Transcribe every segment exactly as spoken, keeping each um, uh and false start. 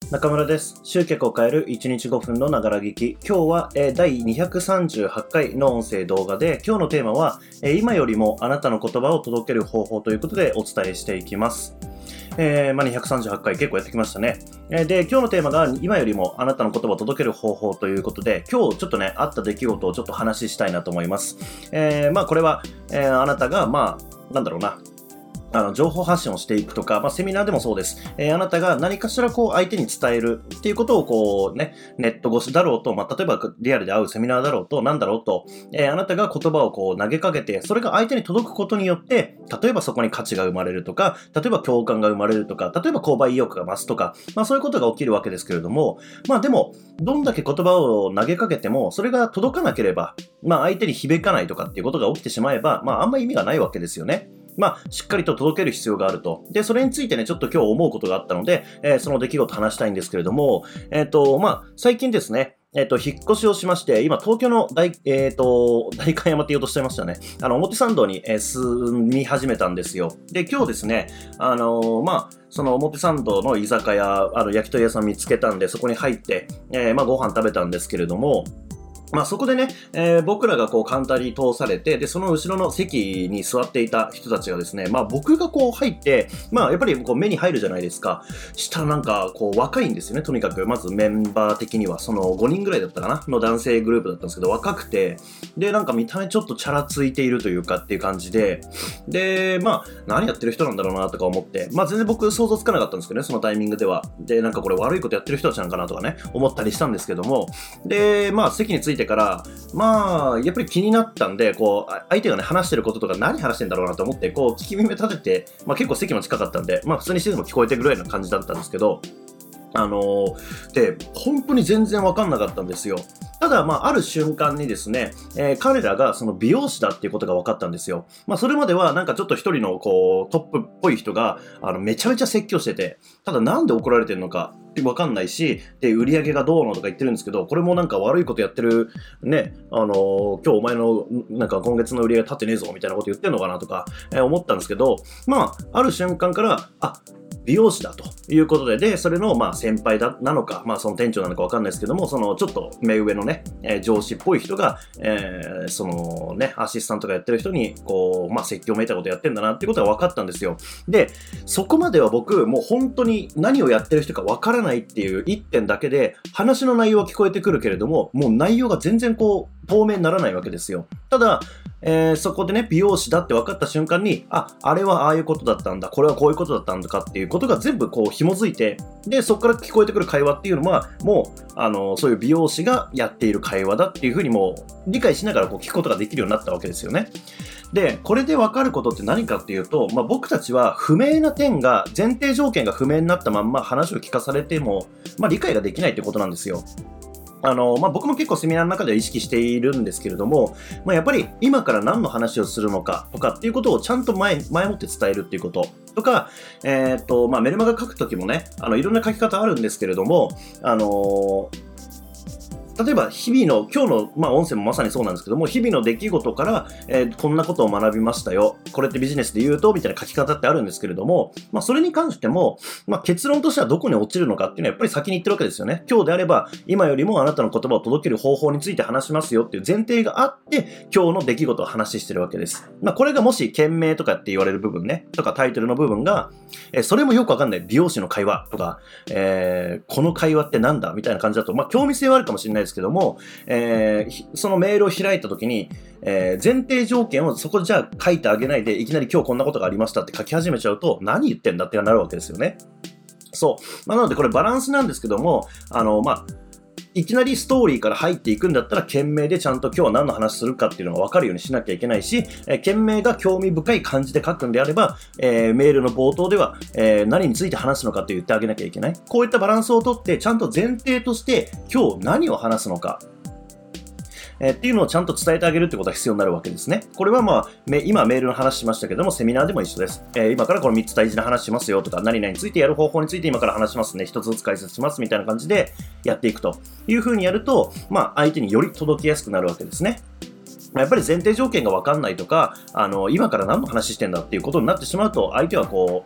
中村です。集客を変えるいちにちごふんのながら聞き。今日は、えー、だいにひゃくさんじゅうはちかいの音声動画で、今日のテーマは、えー、今よりもあなたの言葉を届ける方法ということでお伝えしていきます。えーまあ、にひゃくさんじゅうはちかい結構やってきましたね。えー、で、今日のテーマが今よりもあなたの言葉を届ける方法ということで、今日ちょっとね、あった出来事をちょっと話したいなと思います。えー、まあこれは、えー、あなたが、まあ、なんだろうな、あの、情報発信をしていくとか、まあ、セミナーでもそうです。えー、あなたが何かしらこう相手に伝えるっていうことをこうね、ネット越しだろうと、まあ、例えばリアルで会うセミナーだろうと、なんだろうと、えー、あなたが言葉をこう投げかけて、それが相手に届くことによって、例えばそこに価値が生まれるとか、例えば共感が生まれるとか、例えば購買意欲が増すとか、まあそういうことが起きるわけですけれども、まあでも、どんだけ言葉を投げかけても、それが届かなければ、まあ相手に響かないとかっていうことが起きてしまえば、まああんま意味がないわけですよね。まあ、しっかりと届ける必要があると。で、それについてね、ちょっと今日思うことがあったので、えー、その出来事話したいんですけれども、えっと、まあ、最近ですね、えっと、引っ越しをしまして、今、東京の大、えっと、代官山って言おうとしちゃいましたね。あの、表参道に、えー、住み始めたんですよ。で、今日ですね、あのー、まあ、その表参道の居酒屋、あの、焼き鳥屋さん見つけたんで、そこに入って、えー、まあ、ご飯食べたんですけれども、まあそこでね、えー、僕らがこうカウンターに通されて、で、その後ろの席に座っていた人たちがですね、まあ僕がこう入って、まあやっぱりこう目に入るじゃないですか。したらなんかこう若いんですよね、とにかく。まずメンバー的には、そのごにんぐらいだったかなの男性グループだったんですけど、若くて、で、なんか見た目ちょっとチャラついているというかっていう感じで、で、まあ何やってる人なんだろうなとか思って、まあ全然僕想像つかなかったんですけどね、そのタイミングでは。で、なんかこれ悪いことやってる人たちなんかなとかね、思ったりしたんですけども、で、まあ席についてから、まあ、やっぱり気になったんで、こう、相手がね、話してることとか何話してんだろうなと思って、こう、聞き耳立てて、まあ結構席も近かったんで、まあ普通にしてても聞こえてるぐらいの感じだったんですけど、あのー、で、本当に全然わかんなかったんですよ。ただ、まあ、ある瞬間にですね、えー、彼らがその美容師だっていうことが分かったんですよ。まあ、それまではなんかちょっと一人のこう、トップっぽい人が、あの、めちゃめちゃ説教してて、ただなんで怒られてるのか分かんないし、で、売り上げがどうのとか言ってるんですけど、これもなんか悪いことやってる、ね、あのー、今日お前の、なんか今月の売り上げ立ってねえぞみたいなこと言ってんのかなとか、えー、思ったんですけど、まあ、ある瞬間から、あ、美容師だということで、で、それの、まあ、先輩だ、なのか、まあ、その店長なのかわかんないですけども、その、ちょっと目上のね、えー、上司っぽい人が、えー、そのね、アシスタントがやってる人に、こう、まあ、説教めいたことやってんだなっていうことが分かったんですよ。で、そこまでは僕、もう本当に何をやってる人か分からないっていう一点だけで、話の内容は聞こえてくるけれども、もう内容が全然こう、透明にならないわけですよ。ただ、えー、そこでね、美容師だって分かった瞬間に、あ、あれはああいうことだったんだ、これはこういうことだったんだかっていうことが全部こう紐づいて、で、そこから聞こえてくる会話っていうのは、もう、あの、そういう美容師がやっている会話だっていうふうにもう理解しながらこう聞くことができるようになったわけですよね。で、これで分かることって何かっていうと、まあ、僕たちは不明な点が、前提条件が不明になったまんま話を聞かされても、まあ、理解ができないってことなんですよ。あの、まあ、僕も結構セミナーの中では意識しているんですけれども、まあ、やっぱり今から何の話をするのかとかっていうことをちゃんと前、前もって伝えるっていうこととか、えーっと、まあ、メルマガ書くときもね、あの、いろんな書き方あるんですけれども、あのー例えば日々の今日の、まあ、音声もまさにそうなんですけども、日々の出来事から、えー、こんなことを学びましたよ、これってビジネスで言うとみたいな書き方ってあるんですけれども、まあ、それに関しても、まあ、結論としてはどこに落ちるのかっていうのはやっぱり先に言ってるわけですよね。今日であれば今よりもあなたの言葉を届ける方法について話しますよっていう前提があって今日の出来事を話してるわけです。まあ、これがもし件名とかって言われる部分ね、とかタイトルの部分が、えー、それもよくわかんない美容師の会話とか、えー、この会話ってなんだみたいな感じだと、まあ、興味性はあるかもしれないですけども、えー、そのメールを開いたときに、えー、前提条件をそこでじゃあ書いてあげないでいきなり今日こんなことがありましたって書き始めちゃうと何言ってんだってなるわけですよね。そう。まあ、なのでこれバランスなんですけども、あの、まあ、いきなりストーリーから入っていくんだったら、件名でちゃんと今日は何の話するかっていうのが分かるようにしなきゃいけないし、えー、件名が興味深い感じで書くんであれば、えー、メールの冒頭では、えー、何について話すのかって言ってあげなきゃいけない。こういったバランスをとって、ちゃんと前提として今日何を話すのか。えー、っていうのをちゃんと伝えてあげるってことが必要になるわけですね。これはまあ、今メールの話しましたけども、セミナーでも一緒です。えー、今からこのみっつ大事な話しますよとか、何々についてやる方法について今から話しますね。一つずつ解説しますみたいな感じでやっていくという風にやると、まあ、相手により届きやすくなるわけですね。やっぱり前提条件が分かんないとか、あの、今から何の話してんだっていうことになってしまうと、相手はこう、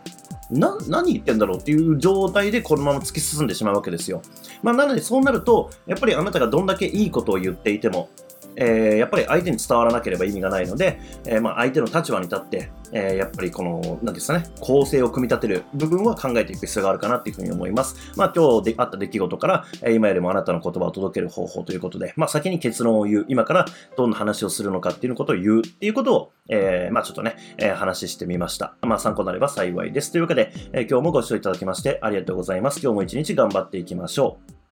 な、何言ってんだろうっていう状態でこのまま突き進んでしまうわけですよ。まあ、なのでそうなると、やっぱりあなたがどんだけいいことを言っていても、えー、やっぱり相手に伝わらなければ意味がないので、えー、まあ相手の立場に立って、えー、やっぱりこの、なんですかね、構成を組み立てる部分は考えていく必要があるかなっていうふうに思います。まあ今日であった出来事から、えー、今よりもあなたの言葉を届ける方法ということで、まあ先に結論を言う、今からどんな話をするのかっていうことを言うっていうことを、えー、まあちょっとね、えー、話してみました。まあ参考になれば幸いです。というわけで、えー、今日もご視聴いただきましてありがとうございます。今日も一日頑張っていきましょう。